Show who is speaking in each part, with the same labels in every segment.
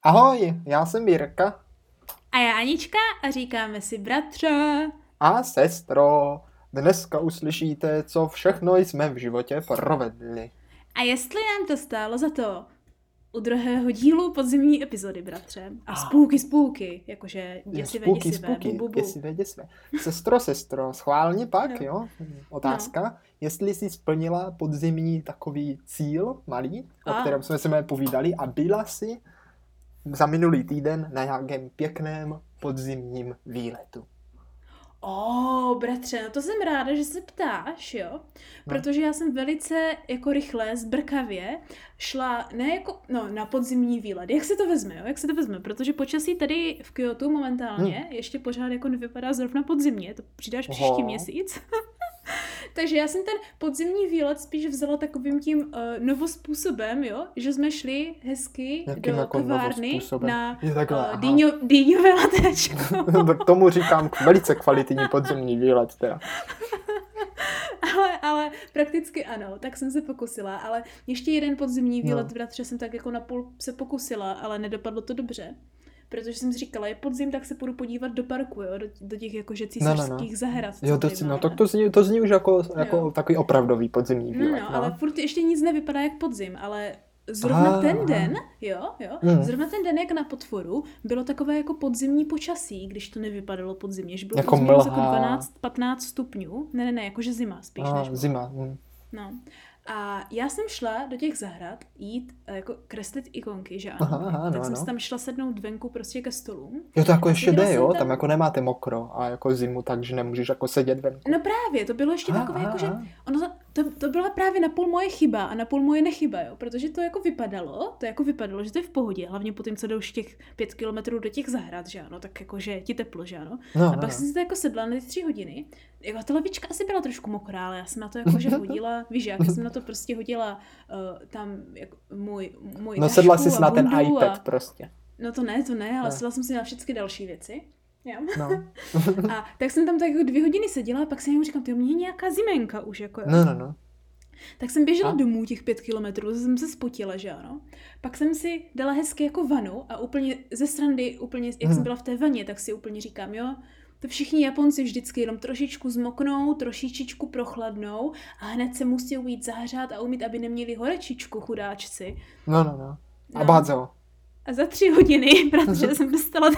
Speaker 1: Ahoj, já jsem Jirka.
Speaker 2: A já Anička a říkáme si bratře.
Speaker 1: A sestro. Dneska uslyšíte, co všechno jsme v životě provedli.
Speaker 2: A jestli nám to stálo za to u druhého dílu podzimní epizody, bratře. A spooky, jakože děsivé,
Speaker 1: děsivé. Sestro, schválně pak, jo? Otázka, jestli jsi splnila podzimní takový cíl malý, o kterém jsme si povídali a byla jsi za minulý týden na nějakém pěkném podzimním výletu.
Speaker 2: Bratře, no to jsem ráda, že se ptáš, jo? Protože já jsem velice jako rychle, zbrkavě šla na podzimní výlet. Jak se to vezme, jo? Jak se to vezme? Protože počasí tady v Kyotu momentálně ještě pořád jako nevypadá zrovna podzimně, to přidáš příští měsíc. Takže já jsem ten podzimní výlet spíš vzala takovým tím novospůsobem, jo? Že jsme šli hezky do kavárny na dýňové latečko.
Speaker 1: K tomu říkám velice kvalitní podzimní výlet teda.
Speaker 2: Ale prakticky ano, tak jsem se pokusila, ale ještě jeden podzimní výlet, bratře, jsem tak jako napůl se pokusila, ale nedopadlo to dobře. Protože jsem si říkala, je podzim, tak se půjdu podívat do parku, jo, do těch jakože císařských zahrad.
Speaker 1: Jo, tak to zní už jako takový opravdový podzimní výlet.
Speaker 2: Ale furt ještě nic nevypadá jak podzim, ale zrovna ten den, zrovna ten den, jak na Potvoru, bylo takové jako podzimní počasí, když to nevypadalo podzimně, že bylo jako 12-15 stupňů. Ne, jakože zima spíš než
Speaker 1: zima.
Speaker 2: No. A já jsem šla do těch zahrad jít jako kreslit ikonky, že ano? Tak jsem si tam šla sednout venku prostě ke stolům.
Speaker 1: Jo, to jako ještě jde, jo? Tam jako nemáte mokro a jako zimu, takže nemůžeš jako sedět venku.
Speaker 2: No právě, to bylo ještě takové jako, že to byla právě napůl moje chyba a napůl moje nechyba, jo? Protože to jako vypadalo, že to je v pohodě, hlavně po tom, co jdou těch 5 kilometrů do těch zahrad, že ano? Tak jako, že je ti teplo, že ano? A pak jsem si to jako sedla na ty 3 hodiny. Jako ta lavička asi byla trošku mokrá, ale já jsem na to jako, že hodila, víš jak, já jsem na to prostě hodila tam jako můj
Speaker 1: no sedla jsi na ten iPad prostě.
Speaker 2: No to ne, ale sedla jsem si na všechny další věci. Jo. No. A tak jsem tam tak jako 2 hodiny seděla a pak jsem jim říkám, mě je nějaká zimenka už, jako jo.
Speaker 1: No.
Speaker 2: Tak jsem běžela domů těch 5 kilometrů, jsem se spotila, že ano. Pak jsem si dala hezky jako vanu a úplně ze srandy, jak jsem byla v té vaně, tak si úplně říkám, jo, to všichni Japonci vždycky jenom trošičku zmoknou, trošičičku prochladnou a hned se musí ujít zahřát a umít, aby neměli horečičku, chudáčci.
Speaker 1: No. A bádzo.
Speaker 2: A za 3 hodiny, protože jsem dostala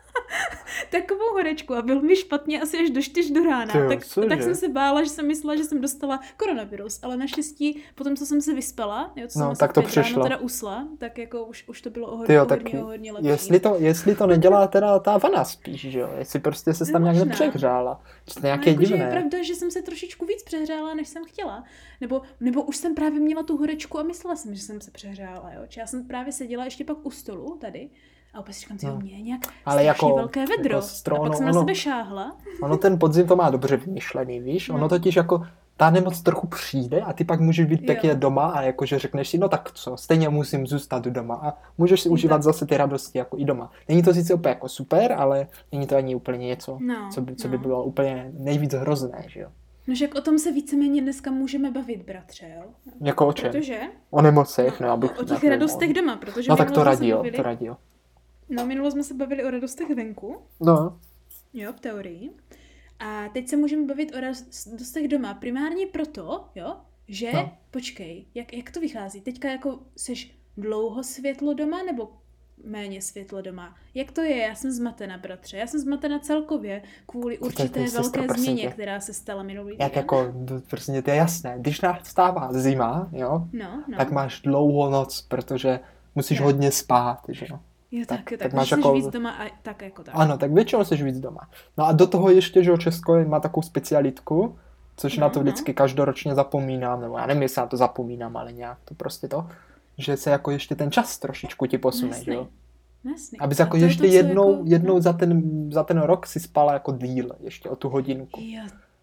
Speaker 2: takovou horečku a bylo mi špatně asi až do 4 do rána. Tak jsem se bála, že jsem myslela, že jsem dostala koronavirus, ale naštěstí potom, co jsem se vyspala, jo, co jsem asi
Speaker 1: to
Speaker 2: 5 ráno teda usla, tak jako už to bylo hodně lepší.
Speaker 1: Jestli to nedělá teda ta vana spíš, že jo? Jestli prostě se tam nějak nepřehřála. To nějaké divné.
Speaker 2: Je pravda, že jsem se trošičku víc přehřála, než jsem chtěla. Nebo už jsem právě měla tu horečku a myslela jsem, že jsem se přehřála, jo. Já jsem právě seděla ještě pak u stolu tady. A opět říkám, mě je nějak strašně velké vedro. A pak jsem na sebe šáhla.
Speaker 1: Ono ten podzim to má dobře vymyšlený, víš? Ono totiž jako ta nemoc trochu přijde a ty pak můžeš být pěkně doma a jakože řekneš si, no tak co, stejně musím zůstat doma a můžeš si užívat zase ty radosti jako i doma. Není to sice úplně jako super, ale není to ani úplně něco, co by bylo úplně nejvíc hrozné, že jo?
Speaker 2: No, že o tom se víceméně dneska můžeme bavit, bratře, jo?
Speaker 1: Jako o čem?
Speaker 2: Protože?
Speaker 1: O nemocech,
Speaker 2: o těch radostech doma, protože
Speaker 1: no tak to radio.
Speaker 2: No, minule jsme se bavili o radostech venku.
Speaker 1: No.
Speaker 2: Jo, v teorii. A teď se můžeme bavit o radostech doma. Primárně proto, jo, že, počkej, jak to vychází? Teďka jako seš dlouho světlo doma, nebo méně světlo doma? Jak to je? Já jsem zmatena, bratře. Já jsem zmatena celkově kvůli určité velké změně, která se stala minulý týden.
Speaker 1: Jak jako, prostě to je jasné. Když nastává zima, jo, tak máš dlouhou noc, protože musíš hodně spát, že jo.
Speaker 2: Jo, tak máš jako víc doma a tak jako tak.
Speaker 1: Ano, tak většinou jsi víc doma. No a do toho ještě, že Česko má takovou specialitku, což na to vždycky každoročně zapomínám, nebo já nevím, jestli na to zapomínám, ale nějak to prostě to, že se jako ještě ten čas trošičku ti posune, že jo. Abys jako ještě jednou za ten rok si spala jako díl, ještě o tu hodinku.
Speaker 2: Jo,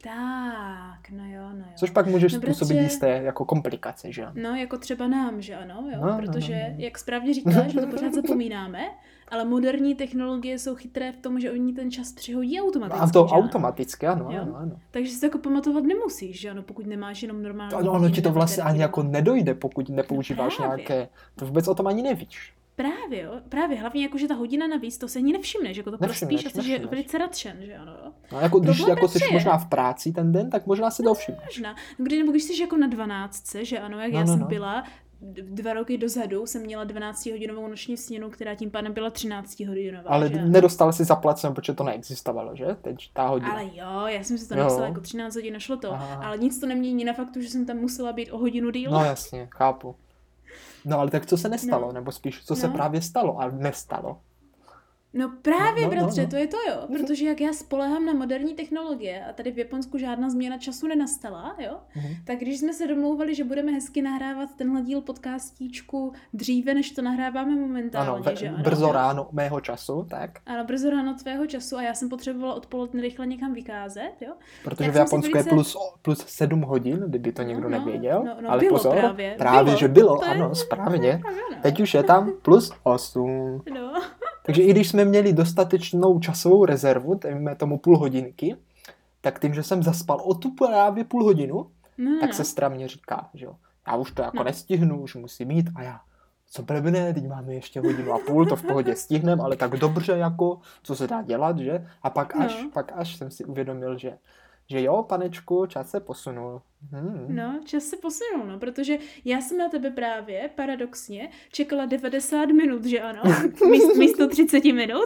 Speaker 2: tak, no jo.
Speaker 1: Což pak můžeš způsobit jisté jako komplikace, že ano?
Speaker 2: No, jako třeba nám, že ano, jo, protože, jak správně říkáš, že to pořád zapomínáme, ale moderní technologie jsou chytré v tom, že oni ten čas přihodí automaticky.
Speaker 1: A to automaticky, ano.
Speaker 2: Takže si to jako pamatovat nemusíš, že ano, pokud nemáš jenom normální...
Speaker 1: Ono ti to vlastně ani jako nedojde, pokud nepoužíváš nějaké... To vůbec o tom ani nevíš.
Speaker 2: Právě, hlavně jako, že ta hodina navíc, to se ani nevšimne, že jako to prospíš asi, že je velice radšen, že ano.
Speaker 1: No jako když jako jsi možná v práci ten den, tak možná si to všimneš.
Speaker 2: Možná. Nebo když jsi jako na 12, že ano, jak já jsem byla, 2 roky dozadu jsem měla 12hodinovou noční směnu, která tím pádem byla 13hodinová.
Speaker 1: Ale nedostal si zaplaceno, protože to neexistovalo, že? Teď ta hodina.
Speaker 2: Ale jo, já jsem si to napsala jako 13 hodin, šlo to. Aha. Ale nic to nemění na faktu, že jsem tam musela být o hodinu díl.
Speaker 1: No jasně, chápu. No ale tak co se nestalo? Nebo spíš, co se právě stalo a nestalo?
Speaker 2: No právě, bratře, to je to, jo. Protože jak já spolehám na moderní technologie a tady v Japonsku žádná změna času nenastala, jo, tak když jsme se domlouvali, že budeme hezky nahrávat tenhle díl podcastíčku dříve, než to nahráváme momentálně, že ano.
Speaker 1: Brzo ráno mého času, tak?
Speaker 2: Ano, brzo ráno tvého času a já jsem potřebovala odpoledne rychle někam vykázet, jo.
Speaker 1: Protože v Japonsku je plus 7 hodin, kdyby to někdo nevěděl.
Speaker 2: Ale
Speaker 1: bylo pozor, právě že bylo, ano, správně. Teď už je tam plus 8.
Speaker 2: No.
Speaker 1: Takže i když jsme měli dostatečnou časovou rezervu, dejme tomu půl hodinky, tak tím, že jsem zaspal o tu právě půl hodinu, tak sestra mě říká, že jo, já už to jako nestihnu, už musím jít a já, co blbne, teď máme ještě 1,5 hodiny, to v pohodě stihnem, ale tak dobře jako, co se dá dělat, že? A pak až jsem si uvědomil, že jo, panečku, čas se posunul.
Speaker 2: No, čas se posunul, no, protože já jsem na tebe právě, paradoxně, čekala 90 minut, že ano, místo 30 minut.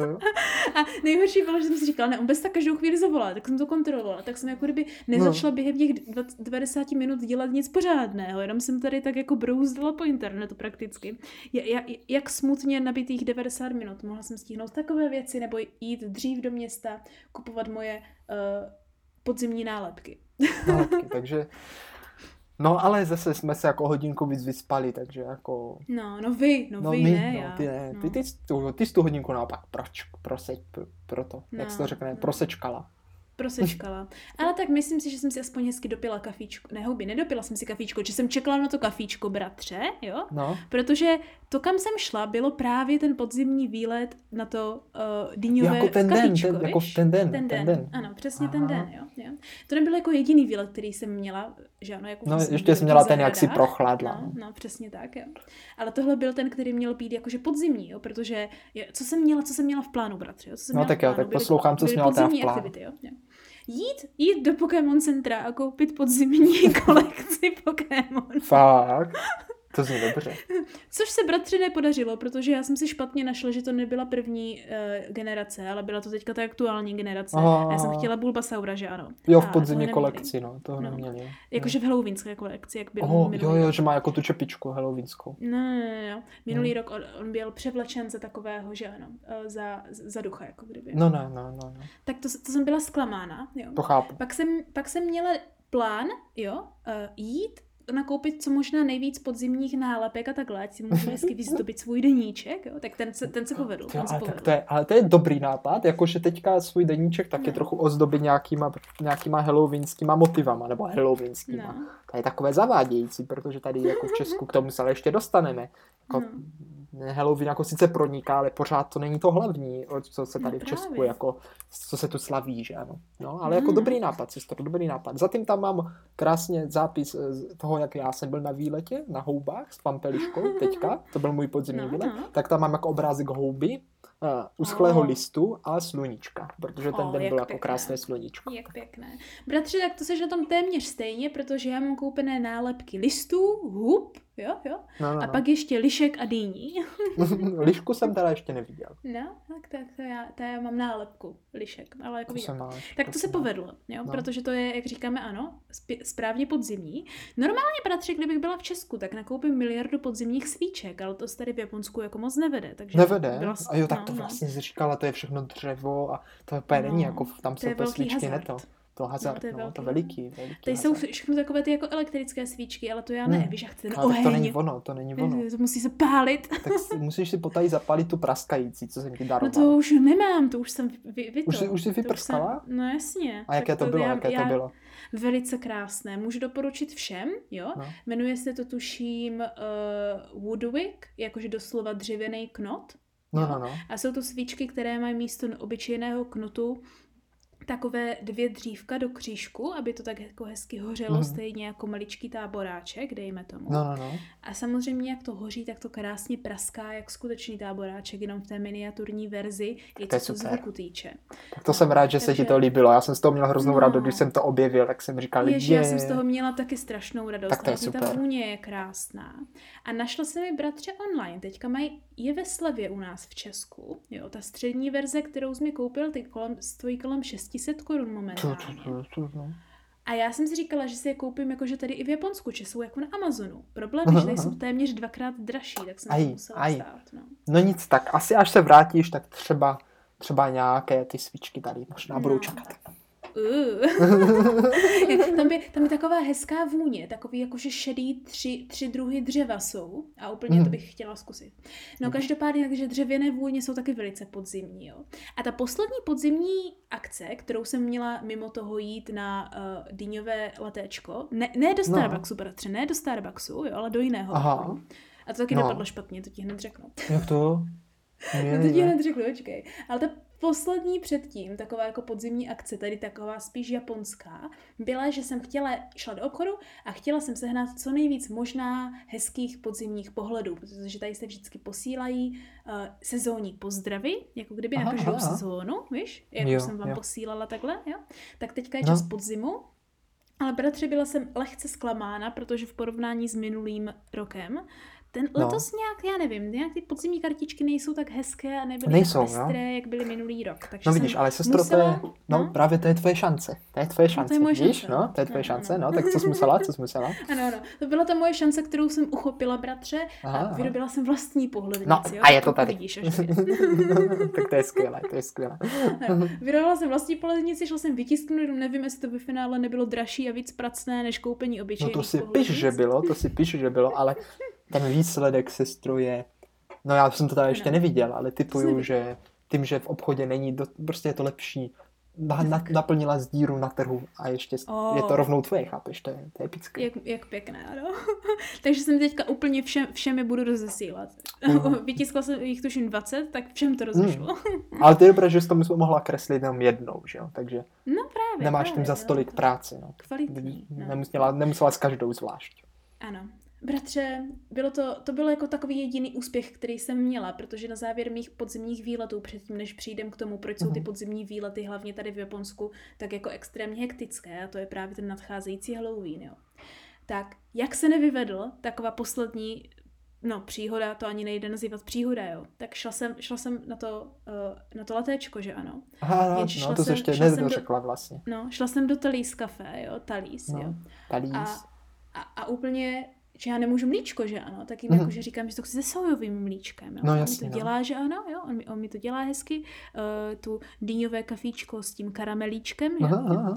Speaker 2: A nejhorší bylo, že jsem si říkala, ne, on bez tak každou chvíli zavolá, tak jsem to kontrolovala, tak jsem jako kdyby nezačala během těch 90 minut dělat nic pořádného, jenom jsem tady tak jako brouzdala po internetu prakticky. Jak smutně nabitých 90 minut, mohla jsem stihnout takové věci, nebo jít dřív do města, kupovat moje podzimní nálepky.
Speaker 1: Takže no ale zase jsme se jako hodinku víc vyspali, takže jako
Speaker 2: vy ne, já.
Speaker 1: Ty ne, ty jsi tu hodinku naopak proto, jak se to řekne, prosečkala. Ale tak myslím si, že jsem si aspoň hezky dopila kafíčko. Nedopila jsem si kafíčko, že jsem čekala na to kafíčko, bratře, jo? No. Protože to, kam jsem šla, bylo právě ten podzimní výlet na to dýňové jako ten
Speaker 2: kafíčko,
Speaker 1: den, jako ten den.
Speaker 2: Ano, přesně ten den, jo. To nebyl jako jediný výlet, který jsem měla, že ano, jako
Speaker 1: ještě jsem měla ten, jak si prochladla.
Speaker 2: No, přesně tak, jo. Ale tohle byl ten, který měl být jakože podzimní, jo, protože co jsem měla v plánu, bratře, jo?
Speaker 1: Tak poslouchám, co jsi měla teda v plánu. Aktivity,
Speaker 2: jo. Jít do Pokémon centra a koupit podzimní kolekci Pokémon.
Speaker 1: Fakt? To zní dobře.
Speaker 2: Což se bratře nepodařilo, protože já jsem si špatně našla, že to nebyla první generace, ale byla to teďka ta aktuální generace. A já jsem chtěla Bulbasaura, že ano.
Speaker 1: Jo, v podzimní kolekci, toho neměli.
Speaker 2: Jakože v halloweenské kolekci, jak byl
Speaker 1: minulý rok. Že má jako tu čepičku halloweenskou.
Speaker 2: No. Minulý rok on byl převlečen za takového, že ano, za ducha, jako kdyby.
Speaker 1: No.
Speaker 2: Tak to jsem byla zklamána, jo.
Speaker 1: To chápu.
Speaker 2: Pak jsem měla plán, jo, jít nakoupit co možná nejvíc podzimních nálepek a takhle, ať si můžu hezky vyzdobit svůj deníček, jo? Tak ten se povedl.
Speaker 1: Ale to je dobrý nápad, jakože teďka svůj deníček taky trochu ozdobit nějakýma halloweenskýma motivama, nebo halloweenskýma. To je takové zavádějící, protože tady jako v Česku k tomu se ale ještě dostaneme. Jako, Halloween jako sice proniká, ale pořád to není to hlavní, co se tady v Česku, jako, co se tu slaví, že ano. No, ale jako dobrý nápad, sestro, dobrý nápad. Zatím tam mám krásně zápis toho, jak já jsem byl na výletě, na houbách s pampeliškou, teďka, to byl můj podzimní výlet, tak tam mám jako obrázek houby, uschlého listu a sluníčka, protože ten den byl jako krásné sluníčko.
Speaker 2: Jak pěkné. Bratře, tak to seš na tom téměř stejně, protože já mám koupené nálepky listů, hub, jo? A pak ještě lišek a dýní.
Speaker 1: Lišku jsem teda ještě neviděl.
Speaker 2: No, tak to já mám nálepku lišek, ale jako tak to se povedlo, jo? Protože to je, jak říkáme, ano, správně podzimní. Normálně, bratře, kdybych byla v Česku, tak nakoupím 1 miliardu podzimních svíček, ale to se tady v Japonsku jako moc nevede. Takže
Speaker 1: nevede? A jo, tak to vlastně jsi říkala, to je všechno dřevo a to úplně není, jako tam jsou to svíčky, ne to. To hazard, to veliký.
Speaker 2: Tady jsou všechno takové ty jako elektrické svíčky, ale to já ne, víš, jak ten oheň.
Speaker 1: To není ono.
Speaker 2: To musí se pálit.
Speaker 1: Tak musíš si potají zapálit tu praskající, co jsem ti daroval.
Speaker 2: No to už nemám, to už jsem
Speaker 1: Už jsi vyprskala?
Speaker 2: No jasně.
Speaker 1: A jaké to bylo?
Speaker 2: Velice krásné. Můžu doporučit všem, jo? No. Jmenuje se to tuším Woodwick, jakože doslova dřevěný knot.
Speaker 1: No.
Speaker 2: A jsou to svíčky, které mají místo obyčejného knotu takové 2 dřívka do křížku, aby to tak jako hezky hořelo, stejně jako maličký táboráček, dejme tomu.
Speaker 1: No.
Speaker 2: A samozřejmě, jak to hoří, tak to krásně praská, jak skutečný táboráček, jenom v té miniaturní verzi, i co se zvuku týče.
Speaker 1: Tak to jsem rád, že se ti to líbilo. Já jsem z toho měl hroznou radost, když jsem to objevil, tak jsem říkal,
Speaker 2: já jsem z toho měla taky strašnou radost.
Speaker 1: Tak to je super.
Speaker 2: Ta vůně je krásná. A našla jsem mi bratře online. Teďka je ve slevě u nás v Česku. Jo, ta střední verze, kterou jsi mi koupil, stojí kolem 600 korun momentálně. A já jsem si říkala, že si je koupím jakože tady i v Japonsku, že jsou jako na Amazonu. Problém je, že tady jsou téměř 2x dražší, tak jsem to musela stát.
Speaker 1: No nic, tak asi až se vrátíš, tak třeba nějaké ty svíčky tady možná budou čekat.
Speaker 2: Tam je taková hezká vůně, takový jakože šedý 3 druhy dřeva jsou a úplně to bych chtěla zkusit. No každopádně, takže dřevěné vůně jsou taky velice podzimní, jo. A ta poslední podzimní akce, kterou jsem měla mimo toho jít na dýňové latéčko, ne do Starbucksu, bratře, ne do Starbucksu, jo, ale do jiného. A to taky dopadlo špatně, to ti hned řeknu.
Speaker 1: Jak to?
Speaker 2: No to ti hned řeknu, počkej. Ale ta poslední předtím, taková jako podzimní akce, tady taková spíš japonská, byla, že jsem šla do obchodu a chtěla jsem sehnat co nejvíc možná hezkých podzimních pohledů, protože tady se vždycky posílají sezónní pozdravy, jako kdyby na každou sezónu, víš? Jak už jsem vám posílala takhle, jo? Tak teďka je čas podzimu. Ale bratře, byla jsem lehce zklamána, protože v porovnání s minulým rokem letos nějak, já nevím, nějak ty podzimní kartičky nejsou tak hezké a nebyly tak pestré, jak byly minulý rok. Takže
Speaker 1: no vidíš, ale sestro, právě to je tvoje šance. To je tvoje šance, víš? No, to je tvoje šance, no, tak co jsi musela?
Speaker 2: Ano, to byla ta moje šance, kterou jsem uchopila, bratře, a vyrobila jsem vlastní pohlednici.
Speaker 1: No,
Speaker 2: jo?
Speaker 1: a je to tady.
Speaker 2: Vidíš,
Speaker 1: tak to je skvělé.
Speaker 2: Vyrobila jsem vlastní pohlednici, šla jsem vytisknout, nevím, jestli to by v finále nebylo dražší a víc pracné, než koupení obyčejných
Speaker 1: pohlednic. No to si píš, že bylo, ale ten výsledek, sestro, je... No já jsem to tady ještě neviděl, ale typuju, že tím, že v obchodě není, prostě je to lepší. Naplnila z díru na trhu a ještě je to rovnou tvoje, chápeš? To je epické.
Speaker 2: Jak pěkné, ano. Takže jsem teďka úplně všem je budu rozesílat. Vytiskla jsem jich tuším 20, tak všem to rozešlo.
Speaker 1: Ale to je dobré, že jsi to mohla kreslit jenom jednou, že jo? Takže
Speaker 2: právě,
Speaker 1: nemáš tím za stolik práce. No.
Speaker 2: Kvalitní.
Speaker 1: Nemusela s každou zvlášť.
Speaker 2: Ano. Bratře, to bylo jako takový jediný úspěch, který jsem měla, protože na závěr mých podzimních výletů, předtím než přijdem k tomu, proč jsou ty podzimní výlety, hlavně tady v Japonsku, tak jako extrémně hektické, a to je právě ten nadcházející Halloween, jo. Tak, jak se nevyvedl taková poslední, příhoda, to ani nejde nazývat příhoda, jo. Tak šla jsem na to latéčko, že ano.
Speaker 1: To se ještě nedořekla vlastně.
Speaker 2: Šla jsem do Talís Café, jo, Talís, jo.
Speaker 1: Talís.
Speaker 2: A úplně, že já nemůžu mlíčko, že ano, tak jim jakože říkám, že to chci se sojovým mlíčkem. Jo?
Speaker 1: No jasně,
Speaker 2: on mi to dělá, že ano, jo? On mi to dělá hezky, tu dýňové kafíčko s tím karamelíčkem, jo?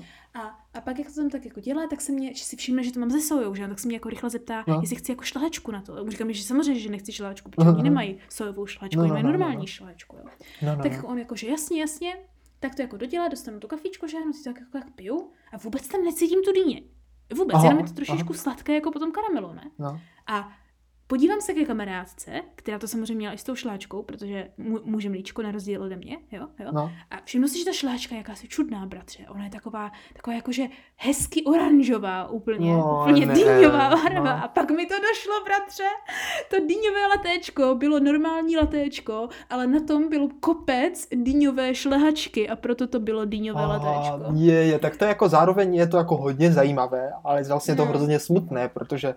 Speaker 2: A pak jak to tam tak jako dělá, tak že si všimne, že to mám se sojou, že ano, tak se mě jako rychle zeptá, jestli chci jako šlehačku na to. Říkám, že samozřejmě, že nechci šlehačku, protože oni nemají sojovou šlehačku, oni mají normální šlehačku, jo. Tak on jakože jasně, tak to jako dodělá, dostanu to kafíčko, že ano, si to jak piju a vůbec tam necítím tu dýně. Vůbec, jenom je to trošičku sladké jako po tom karamelu, ne?
Speaker 1: No.
Speaker 2: A podívám se ke kamarádce, která to samozřejmě měla i s tou šláčkou, protože může mlíčko na rozdíl ode mě, jo?
Speaker 1: No.
Speaker 2: A všimnu si, že ta šláčka je jakási čudná, bratře. Ona je taková jakože hezky oranžová úplně dýňová barva. A pak mi to došlo, bratře. To dýňové latéčko bylo normální latéčko, ale na tom byl kopec dýňové šlehačky a proto to bylo dýňové latéčko.
Speaker 1: Tak to je jako zároveň je to jako hodně zajímavé, ale vlastně to hrozně smutné, protože...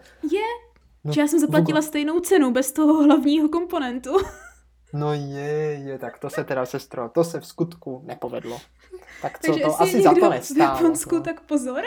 Speaker 2: Že já jsem zaplatila stejnou cenu bez toho hlavního komponentu.
Speaker 1: No tak to se teda, sestro, to se v skutku nepovedlo. Tak co,
Speaker 2: takže
Speaker 1: to asi za to nestálo.
Speaker 2: V Japonsku, tak pozor.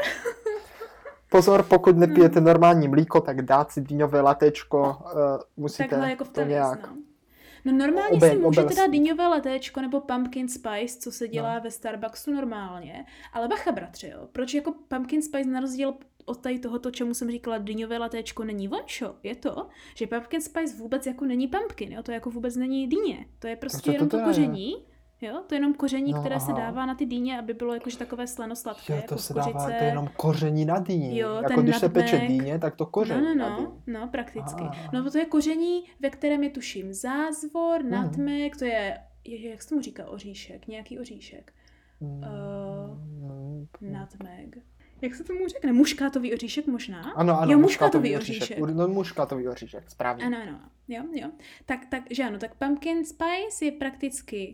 Speaker 1: Pozor, pokud nepijete normální mlíko, tak dát si dýňové latéčko, musíte
Speaker 2: takhle jako v
Speaker 1: to nějak...
Speaker 2: No normálně si můžete dát dýňové latéčko nebo pumpkin spice, co se dělá ve Starbucksu normálně. Ale bacha, bratře, jo. Proč jako pumpkin spice na rozdíl od tady tohoto, čemu jsem říkala, dýňové latéčko není vonšo, je to, že pumpkin spice vůbec jako není pumpkin, jo. To jako vůbec není dýně. To je prostě jenom to koření. Jo, to je jenom koření, které se dává na ty dýně, aby bylo jakože takové slanosladké.
Speaker 1: Jo, to
Speaker 2: jako
Speaker 1: se
Speaker 2: kořice.
Speaker 1: dává, to je jenom koření na dýni.
Speaker 2: Jo,
Speaker 1: jako když se peče dýně, tak to koření na dýni.
Speaker 2: No, prakticky. No, to je koření, ve kterém je tuším zázvor, nutmeg, to je, jak se tomu říká oříšek, nějaký oříšek. Nutmeg. Jak se tomu řekne? Muškátový oříšek možná?
Speaker 1: Ano,
Speaker 2: jo, muškátový oříšek.
Speaker 1: No, muškátový oříšek, správně.
Speaker 2: Ano. Jo. Takže ano, tak pumpkin spice je prakticky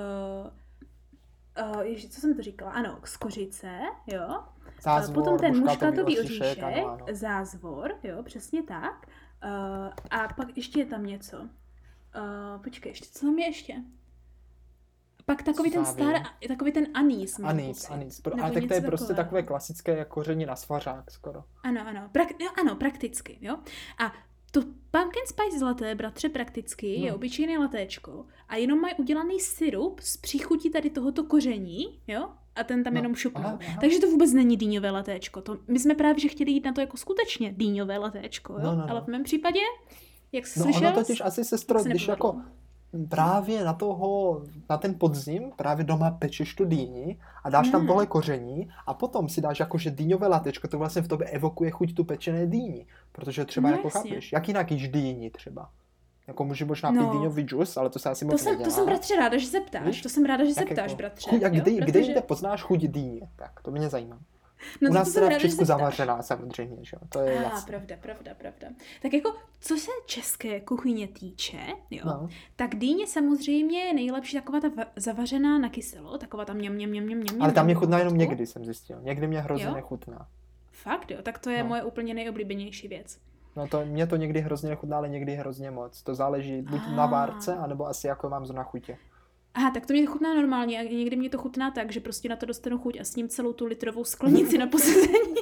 Speaker 2: co jsem to říkala? Ano, z kořice, jo.
Speaker 1: Zázvor,
Speaker 2: potom ten muškátový oříšek,
Speaker 1: ano.
Speaker 2: zázvor, jo, přesně tak. A pak ještě je tam něco. Počkej, co tam je ještě? Pak takový ten anýs.
Speaker 1: Anýs. Ale tak to je prostě takové klasické koření na svařák skoro.
Speaker 2: Ano, prakticky, jo. A to pumpkin spice zlaté, bratře, prakticky je obyčejné latéčko a jenom mají udělaný syrup z příchutí tady tohoto koření, jo? A ten tam jenom šupnou. Takže to vůbec není dýňové latéčko. My jsme právě že chtěli jít na to jako skutečně dýňové latéčko, jo? No. Ale v mém případě, jak jsi slyšel...
Speaker 1: No totiž asi, sestro, když jako právě na ten podzim právě doma pečeš tu dýni a dáš tam tohle koření a potom si dáš jakože dýňové latečko, to vlastně v tobě evokuje chuť tu pečené dýni, protože třeba jako chápeš, jak jinak jíš dýni třeba. Jako můžeš možná pít dýňový džus, ale to se asi moc nedělá.
Speaker 2: To jsem, bratře, ráda, že se ptáš. Bratře.
Speaker 1: Kde jinde poznáš chuť dýně? Tak, to mě zajímá. U nás teda v Česku zavařená samozřejmě, že? To je jasné.
Speaker 2: Pravda. Tak jako, co se české kuchyně týče, jo, tak dýně samozřejmě je nejlepší taková ta zavařená na kyselo, taková tam mňam.
Speaker 1: Ale tam mě chutná jenom někdy, jsem zjistil. Někdy mě hrozně nechutná.
Speaker 2: Fakt, jo? Tak to je moje úplně nejoblíbenější věc.
Speaker 1: No mě to někdy hrozně nechutná, ale někdy hrozně moc. To záleží buď na várce, anebo asi jako mám na chutě.
Speaker 2: Aha, tak to mě chutná normálně a někdy mě to chutná tak, že prostě na to dostanu chuť a s ním celou tu litrovou sklenici na posezení.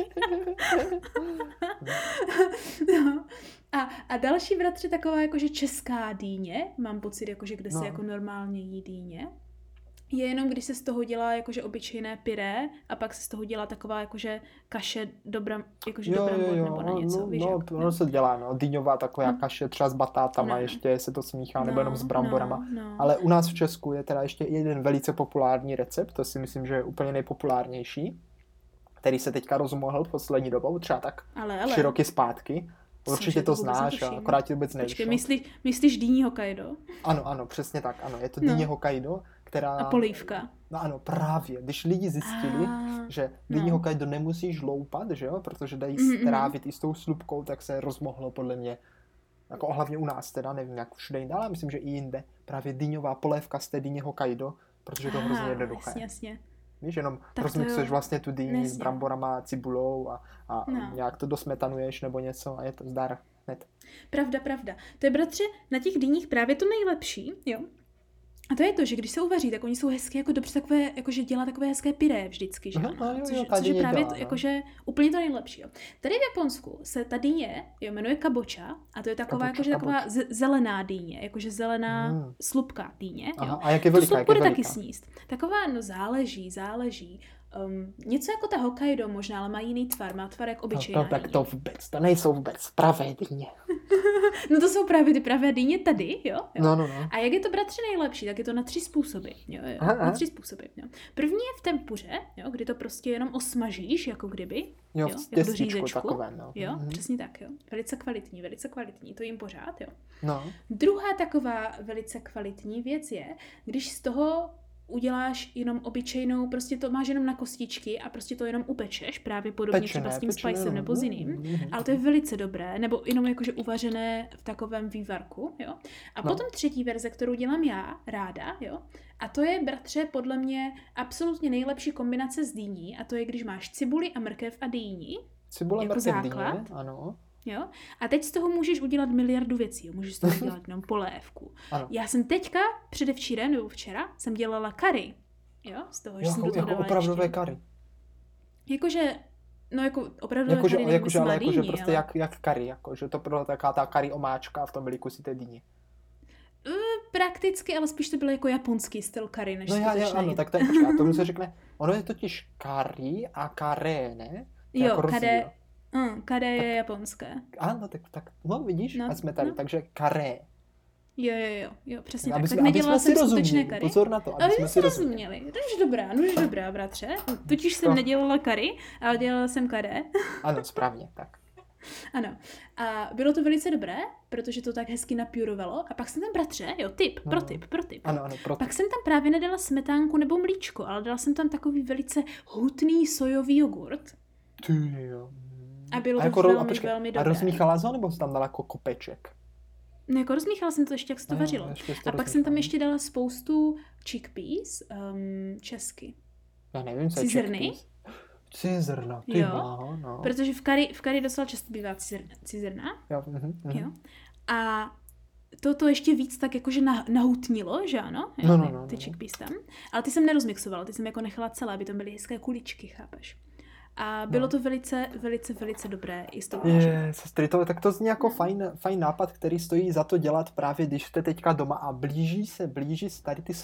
Speaker 2: No. A další, bratře, taková jakože česká dýně, mám pocit, jakože kde se jako normálně jí dýně, je jenom, když se z toho dělá jakože obyčejné pyré a pak se z toho dělá taková jakože kaše jakože do brambor nebo na něco, víš jak?
Speaker 1: No, se dělá, dýňová taková kaše třeba s batátama, ještě se to smíchá, nebo jenom s bramborama. Ale u nás v Česku je teda ještě jeden velice populární recept, to si myslím, že je úplně nejpopulárnější, který se teďka rozmohl poslední dobou, třeba tak 3 roky zpátky. Určitě to znáš, akorát ti vůbec nevíš.
Speaker 2: Myslíš dýní Hokkaido?
Speaker 1: Ano, přesně tak, ano. Je to dýně Hokkaido, která...
Speaker 2: A polívka.
Speaker 1: No ano, právě. Když lidi zjistili, že dýní Hokkaido nemusíš loupat, že jo, protože dají strávit i s tou slupkou, tak se rozmohlo podle mě, jako hlavně u nás teda, nevím jak všude jinde, ale myslím, že i jinde, právě dýňová polévka z té dýně Hokkaido, protože to je hrozně jednoduché.
Speaker 2: Jasně.
Speaker 1: Víš, jenom rozmixuješ vlastně tu dýni s bramborama, cibulou a nějak to dosmetanuješ nebo něco a je to zdar hned.
Speaker 2: Pravda. To je, bratře, na těch dýních právě to nejlepší, jo. A to je to, že když se uvaří, tak oni jsou hezké, jako dobře takové, jakože dělá takové hezké pyré vždycky, že? Což je právě
Speaker 1: dělá,
Speaker 2: jakože úplně to nejlepší. Jo. Tady v Japonsku se ta dýně jmenuje kaboča a to je taková, jakože taková zelená dýně, jakože zelená slupka dýně. Jo.
Speaker 1: A jak je veliká?
Speaker 2: Tu slupku jde taky sníst. Taková, záleží. Něco jako ta Hokkaido možná, ale má jiný tvar, má tvar jak obyčejná dýně.
Speaker 1: Tak to nejsou vůbec pravé dýně.
Speaker 2: No to jsou právě ty pravé dýně tady, jo?
Speaker 1: No.
Speaker 2: A jak je to, bratře, nejlepší, tak je to na 3 způsoby, jo? Na 3 způsoby, jo. První je v tempuře, jo, kdy to prostě jenom osmažíš, jako kdyby,
Speaker 1: jo, jako do řízečku, takové, no.
Speaker 2: Jo, přesně tak, jo. Velice kvalitní, to jim pořád, jo.
Speaker 1: No.
Speaker 2: Druhá taková velice kvalitní věc je, když z toho uděláš jenom obyčejnou, prostě to máš jenom na kostičky a prostě to jenom upečeš, právě podobně třeba s tím spicem nebo s jiným, ale to je velice dobré, nebo jenom jakože uvařené v takovém vývarku, jo. A potom třetí verze, kterou dělám já, ráda, jo, a to je, bratře, podle mě absolutně nejlepší kombinace s dýní a to je, když máš cibuli a mrkev a dýní,
Speaker 1: cibule,
Speaker 2: jako
Speaker 1: mrkev,
Speaker 2: základ,
Speaker 1: dýně, ano.
Speaker 2: Jo? A teď z toho můžeš udělat miliardu věcí. Jo? Můžeš z toho dělat jenom polévku.
Speaker 1: Ano.
Speaker 2: Já jsem teďka, předevčírem nebo včera, jsem dělala curry. Jo? Z toho, že jsem do toho
Speaker 1: jako
Speaker 2: dala
Speaker 1: opravdové
Speaker 2: ještě.
Speaker 1: curry.
Speaker 2: Jakože, no jako opravdové curry
Speaker 1: ale
Speaker 2: dýni,
Speaker 1: prostě
Speaker 2: ale...
Speaker 1: jak curry, jakože to byla taká ta curry omáčka v tom velikosti té dýně.
Speaker 2: Prakticky, ale spíš to bylo jako japonský styl curry, než
Speaker 1: ano, tak to je, počká, tomu se řekne, ono je totiž curry a karé, ne?
Speaker 2: Jo,
Speaker 1: jako
Speaker 2: karé je japonské.
Speaker 1: Ano, tak vidíš, a jsme tady, takže karé.
Speaker 2: Jo, přesně tak. Tak nedělala jsem skutečné curry.
Speaker 1: Pozor na to,
Speaker 2: aby jsme si rozuměli. Nož dobrá, bratře. Totiž jsem nedělala curry, ale dělala jsem karé.
Speaker 1: Ano, správně, tak.
Speaker 2: Ano. A bylo to velice dobré, protože to tak hezky napjurovalo. A pak jsem tam, bratře, jo, pro tip.
Speaker 1: Ano,
Speaker 2: Pak jsem tam právě nedala smetánku nebo mlíčko, ale dala jsem tam takový velice hutný sojový jogurt.
Speaker 1: Ty jo.
Speaker 2: A bylo to
Speaker 1: jako
Speaker 2: velmi dobré.
Speaker 1: A rozmíchala jsi ho, nebo jsi tam dala jako kopeček?
Speaker 2: No jako rozmíchala jsem to ještě, jak se to vařilo. A pak jsem tam ještě dala spoustu chickpeas, česky.
Speaker 1: Já nevím, co je
Speaker 2: cizrny.
Speaker 1: Cizrna, ty bláho, no.
Speaker 2: Protože v kari docela často bývá cizrna.
Speaker 1: Jo,
Speaker 2: jo. A to ještě víc tak jakože nahutnilo, že ano? Ty chickpeas tam. Ale ty jsem nerozmixovala, ty jsem jako nechala celé, aby tam byly hezké kuličky, chápeš? A bylo to velice, velice, velice dobré i s tou
Speaker 1: sestry, tak to zní jako fajn nápad, který stojí za to dělat právě, když jste teďka doma a blíží se tady ty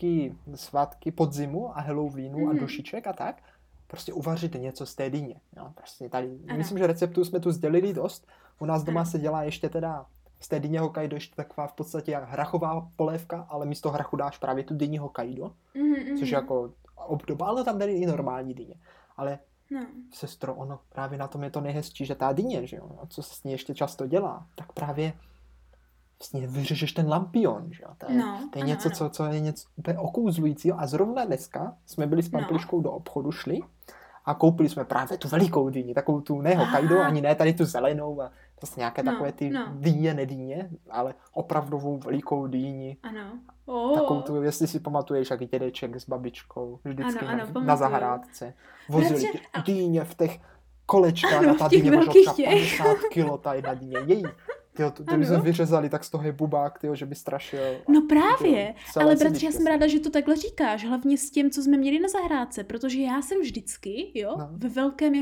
Speaker 1: svátky podzimu a Halloweenu a dušiček a tak. Prostě uvařit něco z té dýně. Jo? Prostě tady, myslím, že receptů jsme tu sdělili dost. U nás doma se dělá ještě teda z té dýně Hokkaido ještě taková v podstatě jak hrachová polévka, ale místo hrachu dáš právě tu dýni Hokkaido, což je jako obdoba, ale tam tady i normální dýně. Ale sestro, ono právě na tom je to nejhezčí, že ta dýně, že jo, co se s ní ještě často dělá, tak právě vlastně vyřešeš ten lampion, že jo. To je něco, co je něco úplně okouzlujícího. A zrovna dneska jsme byli s Pampeliškou do obchodu, šli a koupili jsme právě tu velikou dýni, takovou tu ne Hokkaido, ani ne tady tu zelenou a vlastně nějaké takové ty dýně, nedýně, ale opravdovou velikou dýni.
Speaker 2: Ano.
Speaker 1: Takovou tu, jestli si pamatuješ, jak dědeček s babičkou vždycky na zahrádce vozili dýně v těch kolečkách a ta dýně možná 50 kilo, ta jedna dýně její. Kdyby jsme vyřezali, tak z toho je bubák, že by strašil.
Speaker 2: No právě, ale bratře, já jsem ráda, že to takhle říkáš, hlavně s tím, co jsme měli na zahrádce, protože já jsem vždycky, ve velkém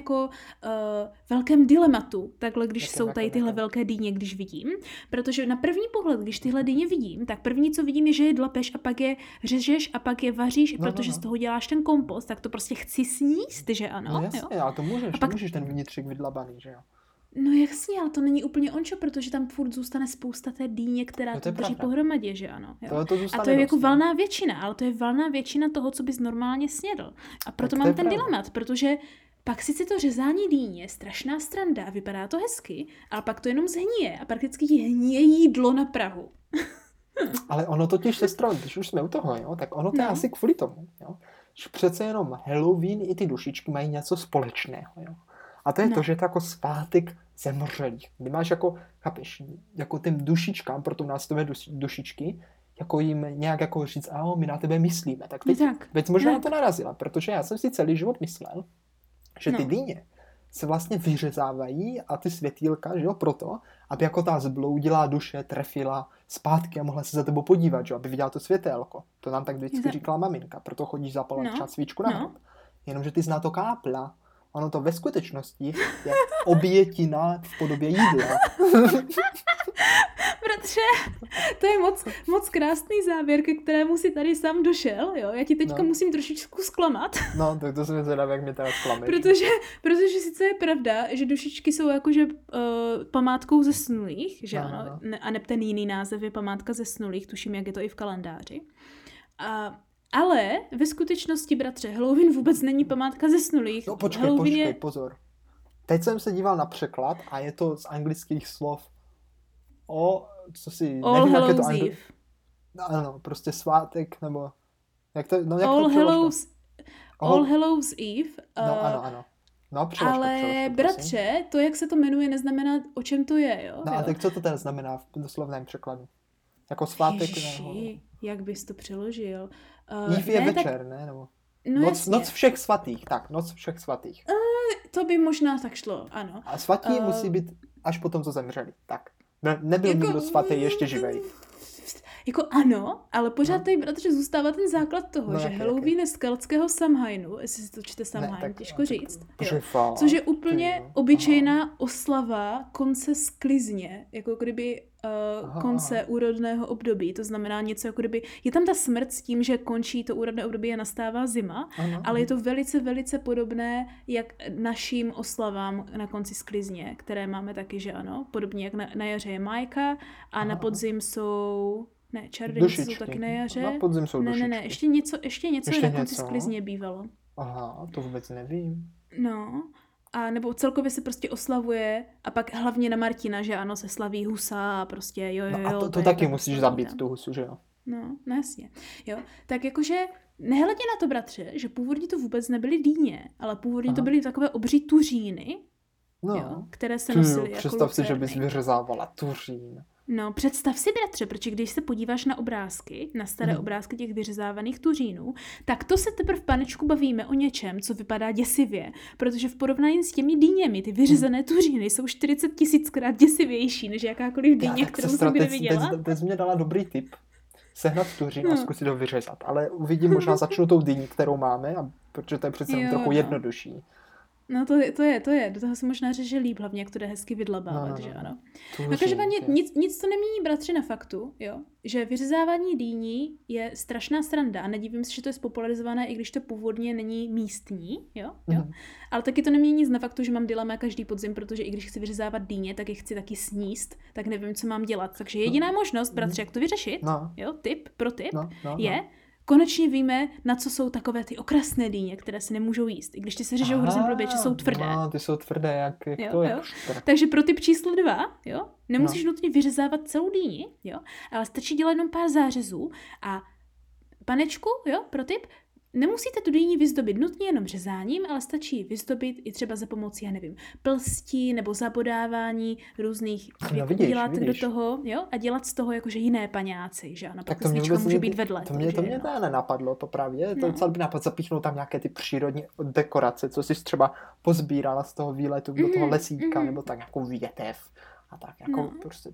Speaker 2: velkém dilematu, takhle, když jsou tady tyhle velké dýně, když vidím, protože na první pohled, když tyhle dýně vidím, tak první, co vidím, je, že je dlapeš a pak je řežeš a pak je vaříš, protože z toho děláš ten kompost, tak to prostě chci sníst, že ano.
Speaker 1: No jasně, ale to můžeš ten vnitřek vydlabaný, že jo.
Speaker 2: No jasně, ale to není úplně ončo, protože tam furt zůstane spousta té dýně, která to drží pohromadě, že ano. Jo?
Speaker 1: A
Speaker 2: to je jako valná většina, ale to je valná většina toho, co bys normálně snědl. A proto mám ten dilemat, protože pak sice to řezání dýně je strašná stranda a vypadá to hezky, ale pak to jenom zhníje a prakticky ti hníje jídlo na prahu.
Speaker 1: Ale ono totiž, sestro, když už jsme u toho, jo, tak ono to je asi kvůli tomu, jo. Že přece jenom Halloween i ty dušičky mají něco společného, jo. A to je to, že je to jako svátek zemřelých. Kdy máš jako, chápeš, jako těm dušičkám, proto nás to dušičky, jako jim nějak jako říct, my na tebe myslíme. Tak teď možná na to narazila, protože já jsem si celý život myslel, že ty dýně se vlastně vyřezávají a ty světýlka, že jo, proto, aby jako ta zbloudilá duše trefila zpátky a mohla se za tebou podívat, že jo, aby viděla to světélko. To nám tak vždycky říkala maminka, proto chodíš zapalovat třeba svíčku na hrob. Jenomže ty jsi na to kápla. Ono to ve skutečnosti je obětina v podobě jídla.
Speaker 2: Bratře, to je moc krásný závěr, ke kterému si tady sám došel, jo? Já ti teďka musím trošičku zklamat.
Speaker 1: No, tak to jsem zvědavý, jak mě teda zklameš.
Speaker 2: Protože sice je pravda, že dušičky jsou jakože památkou zesnulých, že ano? A neb ten jiný název je památka zesnulých, tuším, jak je to i v kalendáři. Ale ve skutečnosti, bratře, Halloween vůbec není památka zesnulých.
Speaker 1: No počkej, pozor. Teď jsem se díval na překlad a je to z anglických slov
Speaker 2: All Hallows Eve.
Speaker 1: Ano, prostě svátek, nebo jak to
Speaker 2: All Hallows Eve.
Speaker 1: Ano. No, přeložte,
Speaker 2: ale bratře, to, jak se to jmenuje, neznamená, o čem to je, jo?
Speaker 1: No a tak co to teda znamená v doslovném překladu? Jako svátek?
Speaker 2: Jak bys to přeložil?
Speaker 1: Eve je večer, ne? Nebo... Noc všech svatých, tak, noc všech svatých.
Speaker 2: To by možná tak šlo, ano.
Speaker 1: A svatí musí být až potom, co zemřeli, tak. Nebyl nikdo svatý ještě živej.
Speaker 2: Jako ano, ale pořád tady, bratře, zůstává ten základ toho, že Halloween je z keltského Samhainu, jestli si to čte Samhain, těžko říct. Což je úplně obyčejná oslava konce sklizně, jako kdyby konce úrodného období, to znamená něco jako kdyby, je tam ta smrt s tím, že končí to úrodné období a nastává zima, ale je to velice, velice podobné jak našim oslavám na konci sklizně, které máme taky, že ano, podobně jak na jaře je Majka a na podzim jsou... Ne, čarodějnice jsou taky na jaře.
Speaker 1: Na podzim jsou dušičky.
Speaker 2: Ne, ještě něco na konci sklizně bývalo.
Speaker 1: Aha, to vůbec nevím.
Speaker 2: No, A nebo celkově se prostě oslavuje a pak hlavně na Martina, že ano, se slaví husa a prostě jo.
Speaker 1: No a to taky musíš zabít tu husu, že jo?
Speaker 2: No jasně. Jo, tak jakože nehledě na to, bratře, že původně to vůbec nebyly dýně, ale původně to byly takové obří tuříny, jo, které se nosily jako
Speaker 1: představ si, že
Speaker 2: lucerny.
Speaker 1: bys vyřezávala tuřín.
Speaker 2: No, představ si, bratře, protože když se podíváš na obrázky, na staré obrázky těch vyřezávaných tuřínů, tak to se teprve, panečku, bavíme o něčem, co vypadá děsivě, protože v porovnání s těmi dýněmi, ty vyřezané tuříny jsou 40 000krát děsivější, než jakákoliv dýně, kterou jsem kdy viděla.
Speaker 1: Teď jsi mě dala dobrý tip. Sehnat tuřín a zkusit ho vyřezat, ale uvidím, možná začnu tou dýní, kterou máme, protože to je přece trochu jednodušší.
Speaker 2: No to je. Do toho se možná řeže líp, hlavně jak to jde hezky vydlabávat, že ano. No každopádně nic to nemění, bratři, na faktu, jo, že vyřezávání dýní je strašná sranda a nedivím se, že to je spopularizované, i když to původně není místní, jo. Ale taky to nemění nic na faktu, že mám dilema každý podzim, protože i když chci vyřezávat dýně, tak je chci taky sníst, tak nevím, co mám dělat. Takže jediná možnost, bratři, jak to vyřešit, jo, tip je, konečně víme, na co jsou takové ty okrasné dýně, které se nemůžou jíst. I když ty se řežou hrozně blbě, že jsou tvrdé.
Speaker 1: No, ty jsou tvrdé, jak
Speaker 2: jo. Takže pro tip číslo 2, jo, nemusíš nutně vyřezávat celou dýni, jo, ale stačí dělat jenom pár zářezů a panečku, jo, pro tip, nemusíte tu dýni vyzdobit nutně jenom řezáním, ale stačí ji vyzdobit i třeba za pomocí, já nevím, plstí nebo zabodávání různých, dělat do toho, jo, a dělat z toho jakože jiné paňáci, že ano, pak svíčka může být vedle.
Speaker 1: To mě nenapadlo, to právě, to docela by nápad zapíchnout tam nějaké ty přírodní dekorace, co jsi třeba pozbírala z toho výletu do toho lesíka, nebo tak nějakou větev a tak, jako prostě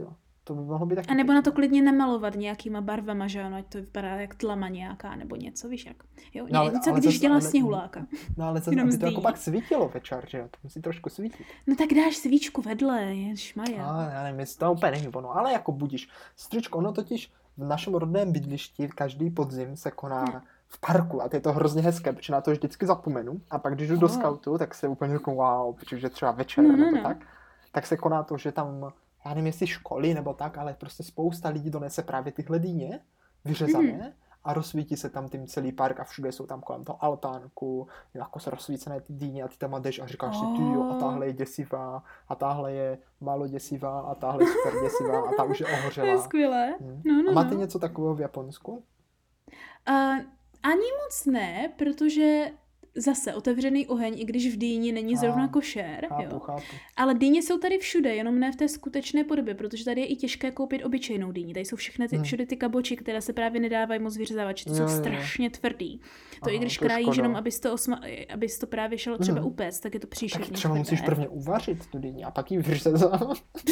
Speaker 1: to by mohlo být taky.
Speaker 2: A nebo na to klidně namalovat nějakýma barvama, že ano, ať to vypadá jak tlama nějaká, nebo něco, víš jak. Jo, něco, když dělá sněhuláka.
Speaker 1: No ale zase, aby to jako pak svítilo večer, že jo, to musí trošku svítit.
Speaker 2: No tak dáš svíčku vedle, ježmaja.
Speaker 1: No, já nevím, jestli to úplně není ono, ale jako budíš. Stričko, ono totiž v našem rodném bydlišti každý podzim se koná v parku a to je to hrozně hezké, protože na to vždycky zapomenu a pak když jdu do skautu, tak se úplně jako wow, protože třeba večer nebo tak se koná to, že tam, já nevím, jestli školy nebo tak, ale prostě spousta lidí donese právě tyhle dýně vyřezané a rozsvítí se tam tím celý park a všude jsou tam kolem toho altánku, jako se rozsvícené ty dýně a ty tam jdeš a říkáš si, ty jo, a tahle je děsivá a tahle je málo děsivá a tahle je super děsivá a ta už je ohořelá.
Speaker 2: To je skvělé.
Speaker 1: A máte něco takového v Japonsku?
Speaker 2: Ani moc ne, protože zase otevřený oheň, i když v dýni není zrovna košer,
Speaker 1: chápu.
Speaker 2: Ale dýně jsou tady všude, jenom ne v té skutečné podobě, protože tady je i těžké koupit obyčejnou dýni. Tady jsou všechny všude ty kaboči, které se právě nedávají moc vyřezávat, ty jsou strašně tvrdý. I když krájíš jenom, abys to právě šel třeba upéct, tak je to příšerně.
Speaker 1: Tak třeba musíš prvně uvařit tu dýni a pak ji vyřezat.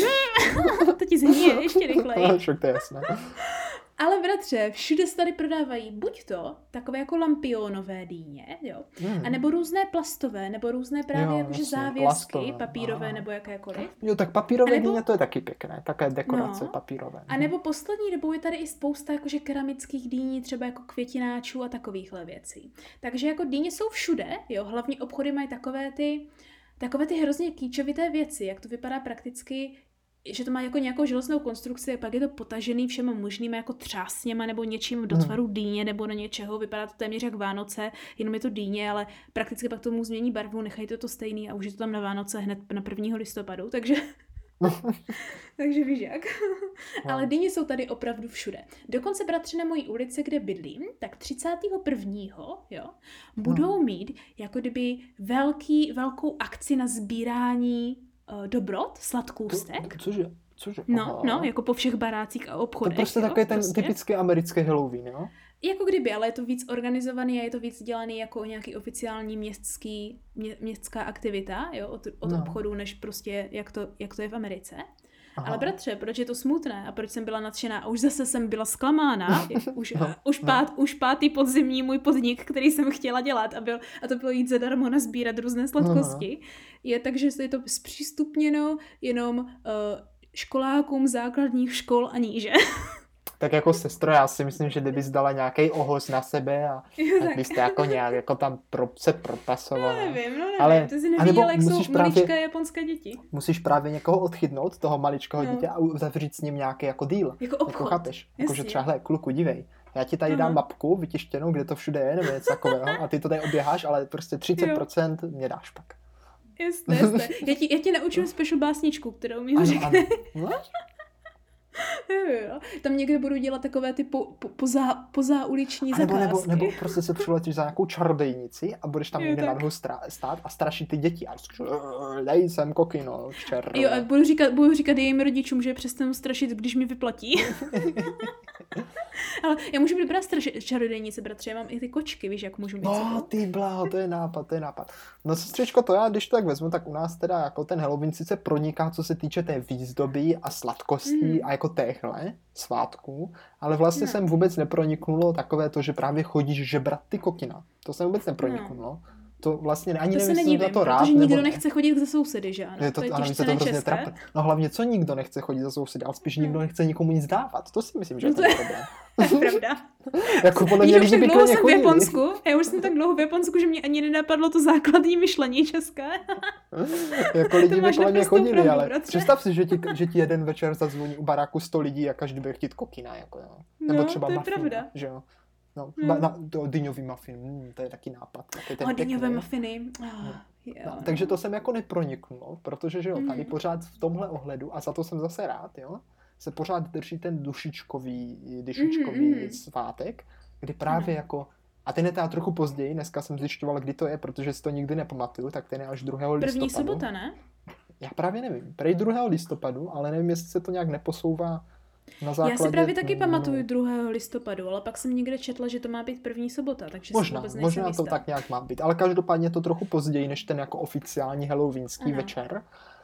Speaker 2: To ti zhníje ještě rychleji.
Speaker 1: Však to je jasné.
Speaker 2: Ale bratře, všude se tady prodávají buď to takové jako lampionové dýně, jo, a nebo různé plastové, nebo různé právě jakože závěsky, plastové, papírové nebo jakékoliv.
Speaker 1: Jo, tak papírové dýně to je taky pěkné, také dekorace papírové.
Speaker 2: A nebo poslední dobou je tady i spousta jakože keramických dýní, třeba jako květináčů a takovýchhle věcí. Takže jako dýně jsou všude, jo, hlavně obchody mají takové ty hrozně kýčovité věci, jak to vypadá prakticky, že to má jako nějakou železnou konstrukci a pak je to potažený všema možnýma jako třásněma nebo něčím do tvaru dýně nebo do něčeho. Vypadá to téměř jak Vánoce, jenom je to dýně, ale prakticky pak tomu změní barvu, nechají to stejný a už je to tam na Vánoce hned na 1. listopadu, takže víš jak. Ale dýně jsou tady opravdu všude. Dokonce, bratři, na mojí ulici, kde bydlím, tak 31. Budou mít jako kdyby velkou akci na sbírání dobrot, sladkůstek.
Speaker 1: Cože?
Speaker 2: No, jako po všech barácích a obchodech.
Speaker 1: To prostě takový ten typický americký Halloween, jo?
Speaker 2: Jako kdyby, ale je to víc organizovaný a je to víc dělaný jako nějaký oficiální městská aktivita, jo, od obchodu, než prostě jak to je v Americe. Aha. Ale bratře, proč je to smutné a proč jsem byla nadšená a už zase jsem byla zklamána, už pátý podzimní můj podnik, který jsem chtěla dělat a to bylo jít zadarmo nazbírat různé sladkosti, je takže je to zpřístupněno jenom školákům základních škol a níže.
Speaker 1: Tak jako sestro, já si myslím, že kdybys dala nějaký ohoz na sebe a tak byste jako nějak jako tam se propasovala.
Speaker 2: No nevím. Ty jsi neviděla, jak jsou maličké japonské děti.
Speaker 1: Musíš právě někoho odchytnout, toho maličkého dítě a uzavřít s ním nějaký jako deal.
Speaker 2: Jako obchod.
Speaker 1: Jako chápeš? Jakože třeba, hele, kluku, dívej. Já ti tady dám mapku vytištěnou, kde to všude je, nebo něco takového a ty to tady oběháš, ale prostě 30% mě dáš pak.
Speaker 2: Jasné. Já ti naučím special básničku, kterou mi
Speaker 1: Ano,
Speaker 2: řekne.
Speaker 1: ano.
Speaker 2: Jo. Tam někde budu dělat takové ty pozáuliční zakázky.
Speaker 1: Nebo prostě se přiletíš za nějakou čarodejnici a budeš tam někde nad stát a strašit ty děti. A dej sem kokino, černé.
Speaker 2: Jo, a budu říkat jejím rodičům, že přestanu strašit, když mi vyplatí. Ale já můžu být dobrá čarodejnice, bratře, já mám i ty kočky, víš, jak můžu být.
Speaker 1: No, ty bláho, to je nápad. No sestřičko, to já, když to tak vezmu, tak u nás teda jako ten Halloween sice proniká, co se týče té výzdoby a sladkostí a jako téhle svátků, ale vlastně jsem vůbec neproniknulo takové to, že právě chodíš žebrat ty kokina. To jsem vůbec neproniknulo. To vlastně ani nevím, jestli jsem na to rád,
Speaker 2: protože nikdo
Speaker 1: nebo
Speaker 2: nechce chodit za sousedy, že ano? To je těžce nečesté.
Speaker 1: No hlavně, co nikdo nechce chodit za sousedy, ale spíš nikdo nechce nikomu nic dávat. To si myslím, že je ten problém.
Speaker 2: To je pravda.
Speaker 1: Jako podle mě lidi by klidně chodili.
Speaker 2: Já už jsem tak dlouho v Japonsku, že mě ani nenapadlo to základní myšlení české.
Speaker 1: Jako lidi by kolem mě chodili,
Speaker 2: pravdu,
Speaker 1: ale
Speaker 2: bratře.
Speaker 1: představ si, že ti jeden večer zazvoní u baráku 100 lidí a každý bude chtít kokina, jako jo. Nebo třeba
Speaker 2: to je
Speaker 1: muffin,
Speaker 2: pravda.
Speaker 1: že jo. No, to dyňový muffin, to je taky nápad.
Speaker 2: Dyňové muffiny.
Speaker 1: No, takže to jsem jako neproniknul, protože že jo, tady pořád v tomhle ohledu, a za to jsem zase rád, jo, se pořád drží ten dušičkový svátek, kdy právě jako, a ten je teda trochu později, dneska jsem zjišťoval, kdy to je, protože si to nikdy nepamatuju, tak ten je až 2. listopadu.
Speaker 2: První sobota, ne?
Speaker 1: Já právě nevím, prej 2. listopadu, ale nevím, jestli se to nějak neposouvá na základě...
Speaker 2: Já si právě taky pamatuju 2. listopadu, ale pak jsem někde četla, že to má být první sobota, takže si vůbec nejsem
Speaker 1: možná
Speaker 2: jistá.
Speaker 1: to tak nějak má být, ale každopádně je to trochu později, než ten jako oficiální halloweenský večer.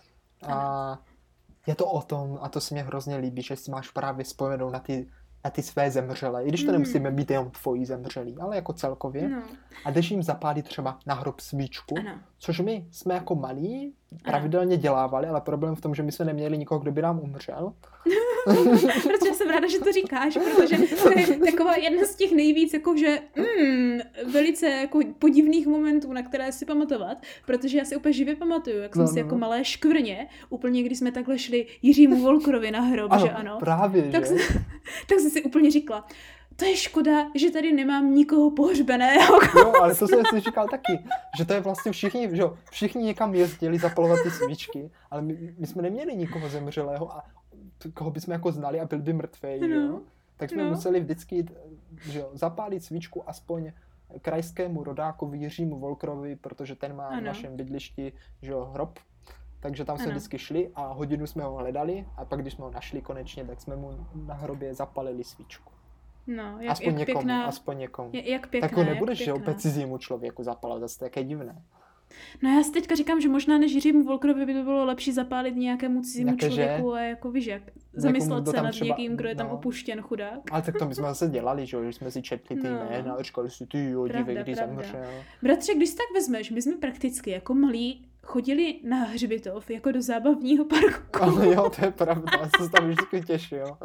Speaker 1: A je to o tom, a to se mě hrozně líbí, že si máš právě vzpomenout na ty své zemřelé, i když to nemusíme být jenom tvojí zemřelí, ale jako celkově. No. A jdeš jim zapálit třeba na hrob svíčku, což my jsme jako malí pravidelně dělávali, ale problém v tom, že my jsme neměli nikoho, kdo by nám umřel.
Speaker 2: Protože jsem ráda, že to říkáš, protože to je taková jedna z těch nejvíc jakože velice jako podivných momentů, na které si pamatovat, protože já si úplně živě pamatuju, jak jsem si jako malé škvrně, úplně když jsme takhle šli Jiřímu Volkrovi na hrob,
Speaker 1: ano,
Speaker 2: že ano.
Speaker 1: Právě,
Speaker 2: tak
Speaker 1: že?
Speaker 2: Tak jsem si úplně říkala, to je škoda, že tady nemám nikoho pohřbeného.
Speaker 1: Jo, ale to jsem si říkal taky, že to je vlastně všichni někam jezdili zapalovat ty svíčky, ale my jsme neměli nikoho zemřelého a koho bychom jako znali a byl by mrtvej, jo? Tak jsme museli vždycky jít, zapálit svíčku aspoň krajskému rodákovi Jiřímu Volkrovi, protože ten má v našem bydlišti hrob. Takže tam jsme vždycky šli a hodinu jsme ho hledali a pak, když jsme ho našli konečně, tak jsme mu na hrobě zapalili svíčku.
Speaker 2: No,
Speaker 1: aspoň někomu.
Speaker 2: Jak pěkné,
Speaker 1: tak ho nebudeš, že opět cizímu člověku zapalovat, zase také divné.
Speaker 2: No já si teďka říkám, že možná než Jiřímu Volkrovi by to bylo lepší zapálit nějakému cizímu člověku a jako víš jak, zamyslet se nad někým, kdo je tam opuštěn, chudák.
Speaker 1: Ale tak to my jsme zase dělali, že jsme si četli ty jména a říkali si, ty jo, dívej, kdy zemřel.
Speaker 2: Bratře, když si tak vezmeš, my jsme prakticky jako malí chodili na hřbitov jako do zábavního parku.
Speaker 1: Ale jo, to je pravda, já jsem se tam vždycky těšil.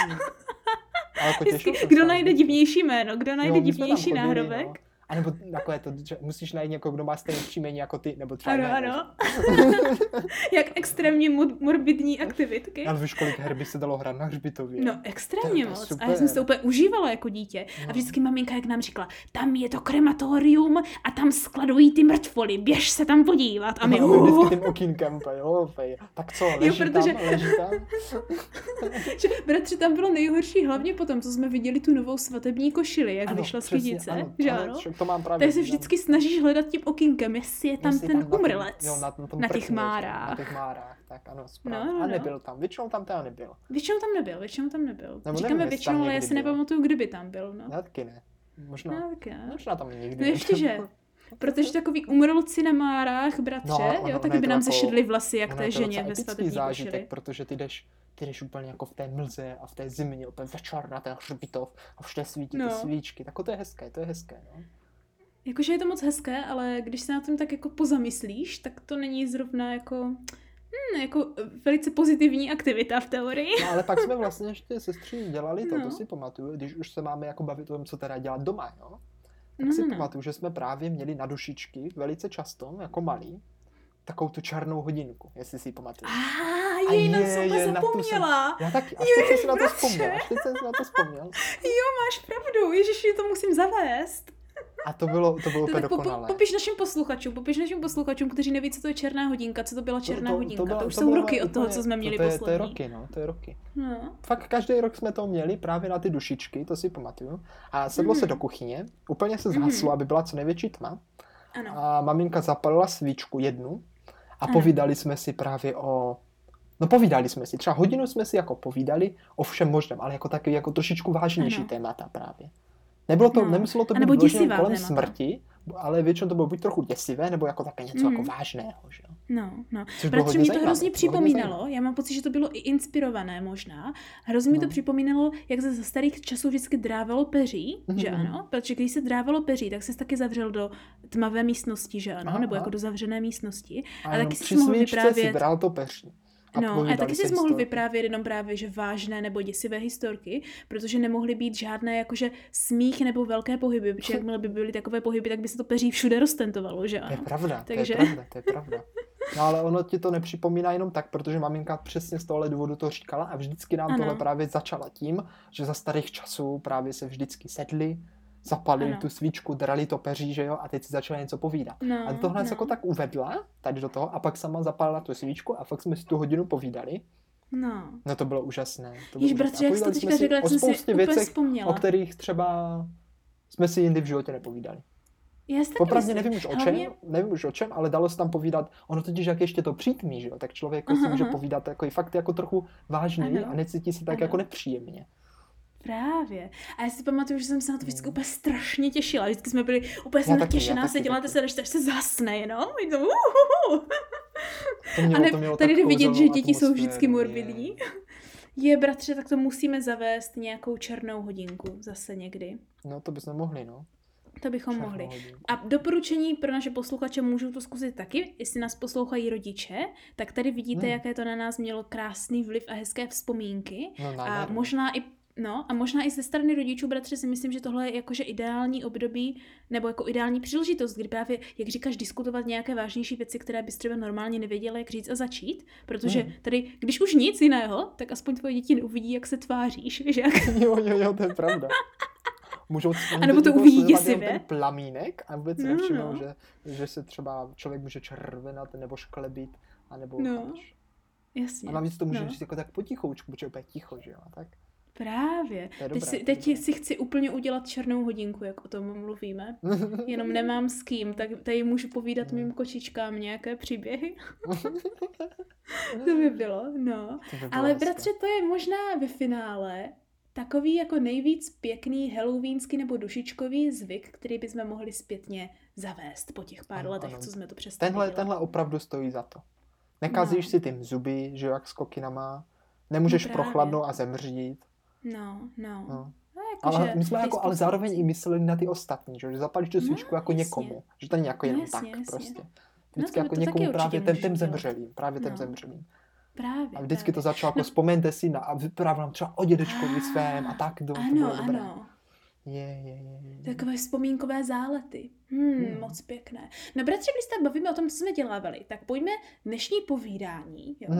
Speaker 2: Kdo najde divnější jméno, kdo najde divnější náhrobek?
Speaker 1: No. A nebo takové to, že musíš najít někoho, kdo má stejné příjmení jako ty, nebo třeba
Speaker 2: Ano. Jak extrémně morbidní aktivitky.
Speaker 1: Ale víš, kolik her by se dalo hrát na hřbitově.
Speaker 2: No, extrémně moc. Super. A já jsem se to úplně užívala jako dítě. No. A vždycky maminka, jak nám říkala, tam je to krematorium a tam skladují ty mrtvoly, běž se tam podívat. A my
Speaker 1: vždycky tím okýnkem, tak co, leží tam.
Speaker 2: Bratře, tam bylo nejhorší, hlavně potom, co jsme viděli tu novou svatební košili, jak vyšla z Chydice.
Speaker 1: To mám právě.
Speaker 2: Tak se vždycky snažíš hledat tím okýnkem, jestli je tam ten umrlec na těch márách.
Speaker 1: Na těch márách, tak ano, správně. A nebyl tam, většinou tam teda nebyl.
Speaker 2: Většinou tam nebyl. Říkáme většinou, ale já si nepamatuju, kdyby tam byl. No.
Speaker 1: Já taky ne. Možná tam nikdy.
Speaker 2: No ještě že. Protože takový umrlci na márách, bratře, taky by nám zešedly vlasy, jak té ženě ve svatební košili.
Speaker 1: Protože ty jdeš úplně jako v té mlze a v té zimě, úplně večer na ten hřbitov a všude svítí ty svíčky. Tak to je hezké, no.
Speaker 2: Jakože je to moc hezké, ale když se na tom tak jako pozamyslíš, tak to není zrovna jako velice pozitivní aktivita v teorii.
Speaker 1: No ale pak jsme vlastně ještě sestří dělali to si pamatuju, když už se máme jako bavit o tom, co teda dělat doma, jo. Tak si pamatuju, že jsme právě měli na dušičky velice často, jako malí, takovou tu černou hodinku, jestli si ji pamatuješ.
Speaker 2: Na co jsem zapomněla.
Speaker 1: Já taky, až teď jsem si na to vzpomněl.
Speaker 2: Jo, máš pravdu, ježiši, to musím zavést.
Speaker 1: A to bylo úplně dokonalé.
Speaker 2: Popiš našim posluchačům, kteří neví, co to je černá hodinka, co to byla černá hodinka. To už jsou roky od toho, co jsme měli poslední.
Speaker 1: To je roky. No. Fakt každý rok jsme to měli právě na ty dušičky, to si pamatuju. A sedlo se do kuchyně, úplně se zhaslo, aby byla co největší tma.
Speaker 2: Ano.
Speaker 1: A maminka zapalila svíčku jednu a povídali jsme si právě povídali jsme si, třeba hodinu jsme si jako povídali o všem možném, ale jako takový jako trošičku vážnější témata právě. Nemuselo to být vložené kolem témata. Smrti, ale většinou to bylo buď trochu děsivé, nebo jako také něco jako vážného. Že?
Speaker 2: No. Protože mě to hrozně připomínalo, já mám pocit, že to bylo i inspirované možná, hrozně mi to připomínalo, jak se za starých časů vždycky drávalo peří, že ano? Protože když se drávalo peří, tak se taky zavřel do tmavé místnosti, že ano? Nebo jako do zavřené místnosti. A taky si mohl vyprávět...
Speaker 1: si bral to peří.
Speaker 2: A taky jsi mohl vyprávět jenom právě, že vážné nebo děsivé historky, protože nemohly být žádné jakože smích nebo velké pohyby, protože jakmile by byly takové pohyby, tak by se to peří všude roztentovalo, že ano?
Speaker 1: To je pravda, to je pravda. No ale ono ti to nepřipomíná jenom tak, protože maminka přesně z tohohle důvodu to říkala a vždycky nám tohle právě začala tím, že za starých časů právě se vždycky sedli, zapalili tu svíčku, drali to peří, že jo, a teď si začala něco povídat. A tohle jako tak uvedla tady do toho a pak sama zapalila tu svíčku a fakt jsme si tu hodinu povídali. No to bylo úžasné.
Speaker 2: Bratře, jak jsi to teďka řekla, jak jsem si úplně vzpomněla.
Speaker 1: O kterých třeba jsme si jindy v životě nepovídali. Popravdě nevím už o čem, ale dalo se tam povídat, ono totiž jak ještě to přítmí, že jo, tak člověk si může povídat jako fakt jako trochu vážněji a necítí se tak jako nepříjemně.
Speaker 2: Právě. A já si pamatuju, že jsem se na to vždycky úplně strašně těšila. Vždycky jsme byli úplně natěšená, seděla se, až se zasne, jenom. A tady jde vidět, že děti jsou vždycky morbidní. Bratře, tak to musíme zavést nějakou černou hodinku zase někdy.
Speaker 1: No, to bychom mohli, no.
Speaker 2: To bychom mohli. A doporučení pro naše posluchače, můžou to zkusit taky, jestli nás poslouchají rodiče, tak tady vidíte, jaké to na nás mělo krásný vliv a hezké vzpomínky. A možná i ze strany rodičů, bratře, si myslím, že tohle je jakože ideální období, nebo jako ideální příležitost, kdy právě, jak říkáš, diskutovat nějaké vážnější věci, které bys třeba normálně nevěděla, jak říct a začít, protože tady, když už nic jiného, tak aspoň tvoje děti neuvidí, jak se tváříš, že?
Speaker 1: Jo, to je pravda.
Speaker 2: A nebo to uvidí děsivě.
Speaker 1: Ten plamínek a vůbec nevšimnou, že se třeba člověk může červenat nebo šklebit, anebo
Speaker 2: jasně.
Speaker 1: A navíc to může říct jako tak potichoučku, protože je úplně ticho, že jo, tak.
Speaker 2: Právě. Teď si chci úplně udělat černou hodinku, jak o tom mluvíme. Jenom nemám s kým, tak tady můžu povídat mým kočičkám nějaké příběhy. To by bylo, no. Ale bratře, to je možná ve finále takový jako nejvíc pěkný halloweenský nebo dušičkový zvyk, který bychom mohli zpětně zavést po těch pár letech, co jsme to přestali dělat.
Speaker 1: Tenhle opravdu stojí za to. Nekazíš si tím zuby, že jak s kokinama, nemůžeš prochladnout a zemřít.
Speaker 2: No.
Speaker 1: Ale my jsme ale zároveň i mysleli na ty ostatní, že zapalíš tu svíčku jako někomu, že to není jako jenom tak prostě. Vždycky jako někomu právě těm zemřelým,
Speaker 2: Právě,
Speaker 1: a vždycky to začalo jako vzpomeňte si a vyprávěl nám třeba o dědečkovi svém a tak. To bylo dobré. Je.
Speaker 2: Takové vzpomínkové zálety. Moc pěkné. No bratře, když se tak bavíme o tom, co jsme dělávali, tak pojďme dnešní povídání. Jo?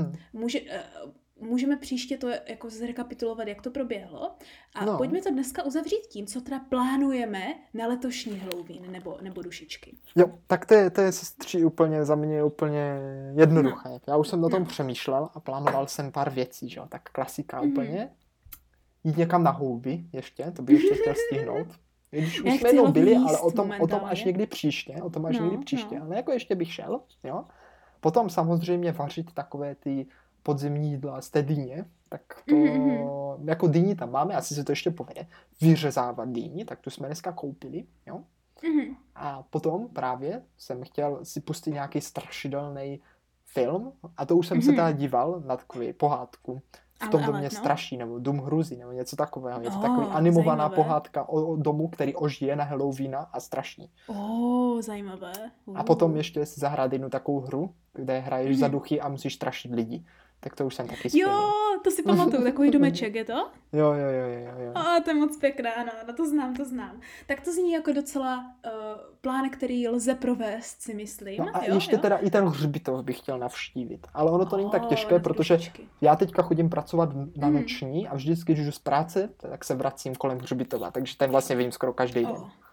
Speaker 2: Můžeme příště to jako zrekapitulovat, jak to proběhlo. A pojďme to dneska uzavřít tím, co teda plánujeme na letošní Halloween nebo dušičky.
Speaker 1: Jo, tak to je sestří úplně za mě úplně jednoduché. Já už jsem o tom přemýšlel a plánoval jsem pár věcí, že jo, tak klasika úplně. Jít někam na houby ještě, to bych ještě chtěl stihnout. Když už jsme jednou byli, ale o tom až někdy příště, ale jako ještě bych šel, jo. Potom samozřejmě vařit takové ty podzimní jídla z té dýně, tak to jako dýni tam máme, asi se to ještě povede, vyřezávat dýni, tak tu jsme dneska koupili, jo. A potom právě jsem chtěl si pustit nějaký strašidelný film a to už jsem se teda díval na takovou pohádku. V tom domě straší, nebo Dům hrůzy, nebo něco takového. Je to takový animovaná pohádka o domu, který ožije na Halloweena a straší.
Speaker 2: Zajímavé.
Speaker 1: A potom ještě si zahrát jednu takovou hru, kde hraješ za duchy a musíš strašit lidi. Tak to už jsem taky splnil.
Speaker 2: Jo, to si pamatuju, takový domeček, je to?
Speaker 1: Jo.
Speaker 2: To je moc pěkné, ano, to znám. Tak to zní jako docela plán, který lze provést, si myslím.
Speaker 1: No a ještě teda i ten hřbitov bych chtěl navštívit. Ale ono to není tak těžké, protože já teďka chodím pracovat na noční a vždycky, když jdu z práce, tak se vracím kolem hřbitova, takže ten vlastně vidím skoro každý den.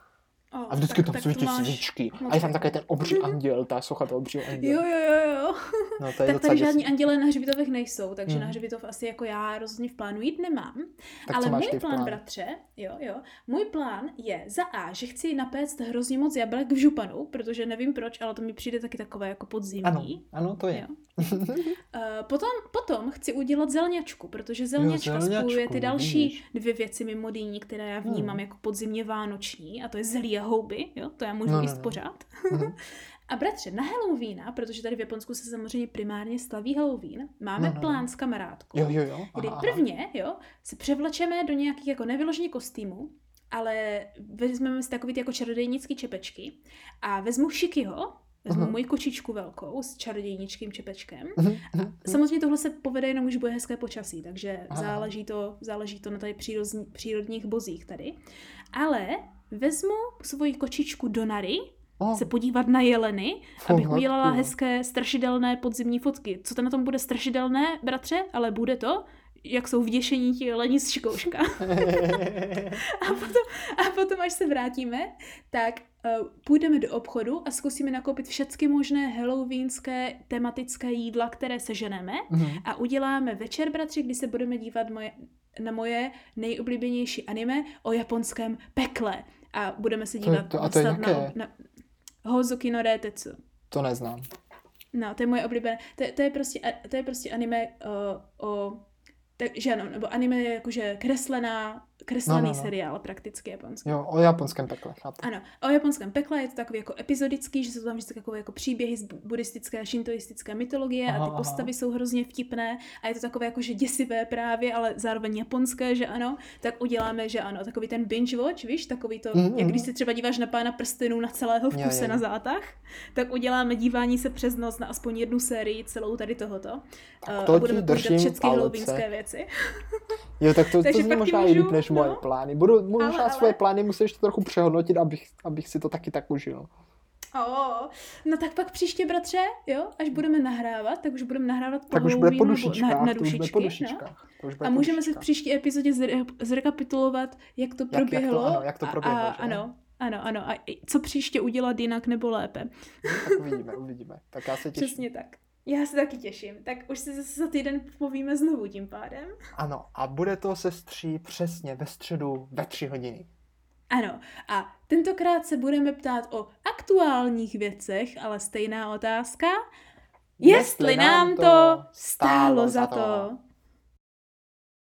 Speaker 1: A vždycky tam svítí svíčky. A je tam také ten obří anděl, ta socha toho obřího anděla.
Speaker 2: Jo.
Speaker 1: No, to je
Speaker 2: tak tady žádní anděle na hřbitovech nejsou, takže na hřbitov asi jako já rozhodně v plánu jít nemám.
Speaker 1: Tak
Speaker 2: ale
Speaker 1: můj
Speaker 2: plán, bratře, můj plán je za A, že chci napéct hrozně moc jablek v županu, protože nevím proč, ale to mi přijde taky takové jako podzimní.
Speaker 1: Ano, to je.
Speaker 2: Potom chci udělat zelňačku, protože zelňačka spojuje ty další dvě věci mimo dýní, které já vnímám jako podzimně vánoční, a to je zelí a houby, jo, to já můžu jíst pořád. A bratře, na Halloweena, protože tady v Japonsku se samozřejmě primárně slaví Halloween, máme plán s kamarádkou, kdy prvně, se převlečeme do nějakých jako nevyloženě kostýmů, ale vezmeme si takový ty jako čarodějnický čepečky a vezmu Shikiho, vezmu moji kočičku velkou s čarodějnickým čepečkem. A samozřejmě tohle se povede jenom, když bude hezké počasí, takže záleží to na tady přírodních bozích tady. Ale vezmu svoji kočičku do Nary, se podívat na jeleny, abych udělala hezké strašidelné podzimní fotky. Co to na tom bude strašidelné, bratře? Ale bude to, jak jsou vděšení ti jeleni z škouška. a potom, až se vrátíme, tak půjdeme do obchodu a zkusíme nakoupit všechny možné halloweenské tematické jídla, které seženeme a uděláme večer, bratři, kdy se budeme dívat na moje nejoblíbenější anime o japonském pekle. A budeme se dívat na Hozoki no Reitetsu.
Speaker 1: To neznám.
Speaker 2: No, to je moje oblíbené. To je prostě anime takže ano, nebo anime je jakože kreslený seriál prakticky japonský.
Speaker 1: Jo, o japonském pekle, chápu.
Speaker 2: Ano, o japonském pekle je to takový jako epizodický, že jsou tam vždycky takové jako příběhy z buddhistické a šintoistické mytologie a ty postavy jsou hrozně vtipné a je to takové jakože děsivé právě, ale zároveň japonské, že ano, tak uděláme, že ano, takový ten binge watch, víš, takový to, jak když se třeba díváš na Pána prstenů na celého v kuse na zátah, tak uděláme dívání se přes noc na aspoň jednu sérii celou tady tohoto.
Speaker 1: To
Speaker 2: budeme
Speaker 1: držím
Speaker 2: všechny halloweenské věci.
Speaker 1: Jo, tak to zní možná i líp než moje plány. Možná svoje plány musím ještě trochu přehodnotit, abych si to taky tak užil.
Speaker 2: No tak pak příště, bratře, jo, až budeme nahrávat, tak už budeme nahrávat
Speaker 1: po Halloweenu na dušičkách.
Speaker 2: A můžeme si v příští epizodě zrekapitulovat, jak to proběhlo.
Speaker 1: Jak to proběhlo.
Speaker 2: Ano. A co příště udělat jinak nebo lépe.
Speaker 1: Tak uvidíme. Tak já se těším.
Speaker 2: Přesně tak. Já se taky těším. Tak už si zase za týden povíme znovu tím pádem.
Speaker 1: Ano, a bude to, sestří, přesně ve středu ve 3 hodiny.
Speaker 2: Ano, a tentokrát se budeme ptát o aktuálních věcech, ale stejná otázka. Jestli nám to stálo za to.